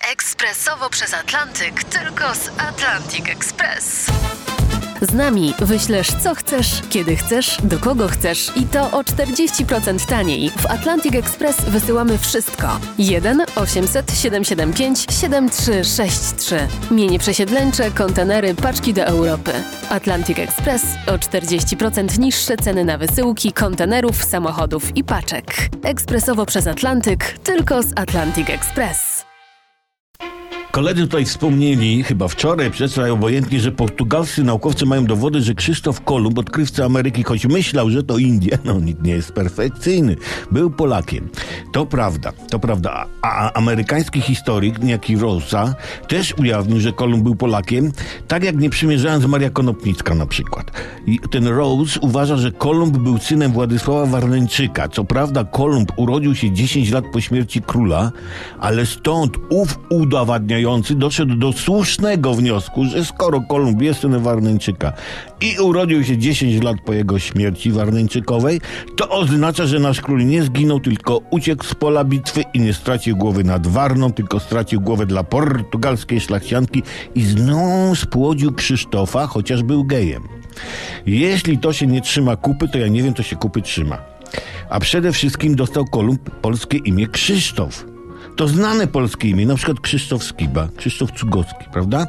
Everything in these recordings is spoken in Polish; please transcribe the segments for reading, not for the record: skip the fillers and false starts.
Ekspresowo przez Atlantyk, tylko z Atlantic Express. Z nami wyślesz co chcesz, kiedy chcesz, do kogo chcesz i to o 40% taniej. W Atlantic Express wysyłamy wszystko. 1 800 775 7363. Mienie przesiedleńcze, kontenery, paczki do Europy. Atlantic Express o 40% niższe ceny na wysyłki, kontenerów, samochodów i paczek. Ekspresowo przez Atlantyk, tylko z Atlantic Express. Koledzy tutaj wspomnieli, chyba wczoraj, przedwczoraj obojętnie, że portugalscy naukowcy mają dowody, że Krzysztof Kolumb, odkrywca Ameryki, choć myślał, że to Indie, nikt nie jest perfekcyjny, był Polakiem. To prawda. A amerykański historyk, niejaki Rosa, też ujawnił, że Kolumb był Polakiem, tak jak nie przymierzając Maria Konopnicka na przykład. I ten Rose uważa, że Kolumb był synem Władysława Warneńczyka. Co prawda Kolumb urodził się 10 lat po śmierci króla, ale stąd ów udowadniający doszedł do słusznego wniosku, że skoro Kolumb jest synem Warneńczyka i urodził się 10 lat po jego śmierci warneńczykowej, to oznacza, że nasz król nie zginął, tylko uciekł z pola bitwy i nie stracił głowy nad Warną, tylko stracił głowę dla portugalskiej szlachcianki i znów spłodził Krzysztofa, chociaż był gejem. Jeśli to się nie trzyma kupy, to ja nie wiem, co się kupy trzyma. A przede wszystkim dostał Kolumb polskie imię Krzysztof. To znane polskie imię, na przykład Krzysztof Skiba, Krzysztof Cugowski, prawda?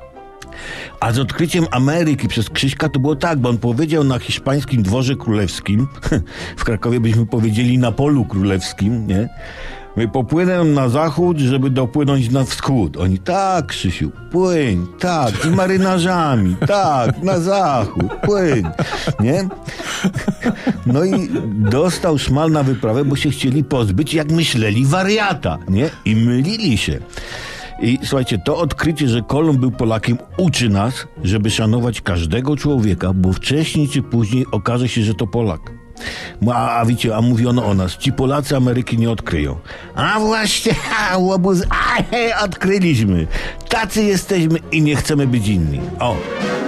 A z odkryciem Ameryki przez Krzyśka to było tak, bo on powiedział na hiszpańskim dworze królewskim, w Krakowie byśmy powiedzieli na polu królewskim, nie? Popłynę na zachód, żeby dopłynąć na wschód. Oni, tak, Krzysiu, płyń, tak, i marynarzami, tak, na zachód, płyń, nie? No i dostał szmal na wyprawę, bo się chcieli pozbyć, jak myśleli, wariata, nie? I mylili się. I słuchajcie, to odkrycie, że Kolumb był Polakiem, uczy nas, żeby szanować każdego człowieka, bo wcześniej czy później okaże się, że to Polak. A wiecie, a mówiono o nas, ci Polacy Ameryki nie odkryją. A właśnie, łobuz, odkryliśmy. Tacy jesteśmy i nie chcemy być inni. O.